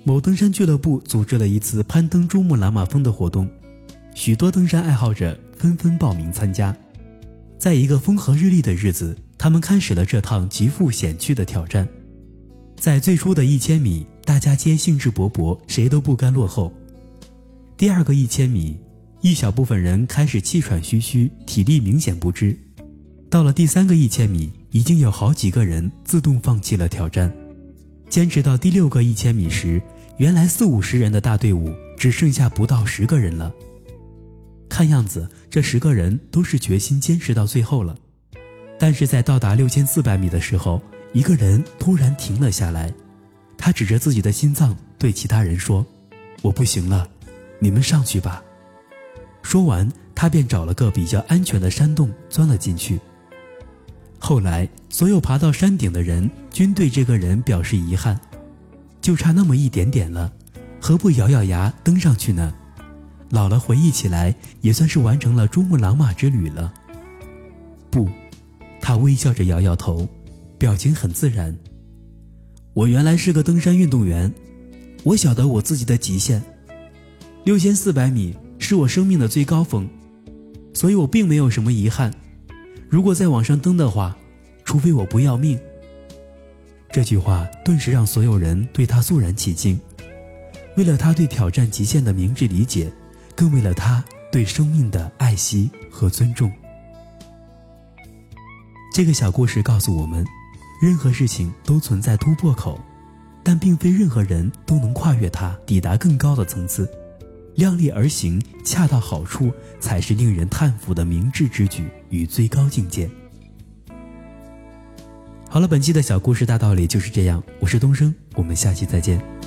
某登山俱乐部组织了一次攀登珠穆朗玛峰的活动，许多登山爱好者纷纷报名参加。在一个风和日丽的日子，他们开始了这趟极富险趣的挑战。在最初的1000米，大家皆兴致勃勃，谁都不甘落后。第二个1000米，一小部分人开始气喘吁吁，体力明显不支。到了第3个1000米，已经有好几个人自动放弃了挑战。坚持到第6个1000米时，原来40-50人的大队伍只剩下不到10个人了。看样子这10个人都是决心坚持到最后了。但是在到达6400米的时候，一个人突然停了下来，他指着自己的心脏对其他人说：我不行了，你们上去吧。说完，他便找了个比较安全的山洞钻了进去。后来所有爬到山顶的人均对这个人表示遗憾，就差那么一点点了，何不咬咬牙登上去呢？老了回忆起来，也算是完成了珠穆朗玛之旅了。不，他微笑着摇摇头，表情很自然。我原来是个登山运动员，我晓得我自己的极限，6400米是我生命的最高峰，所以我并没有什么遗憾。如果再往上登的话，除非我不要命。这句话顿时让所有人对他肃然起敬，为了他对挑战极限的明智理解，更为了他对生命的爱惜和尊重。这个小故事告诉我们，任何事情都存在突破口，但并非任何人都能跨越它，抵达更高的层次。量力而行，恰到好处，才是令人叹服的明智之举与最高境界。好了，本期的小故事大道理就是这样，我是东升，我们下期再见。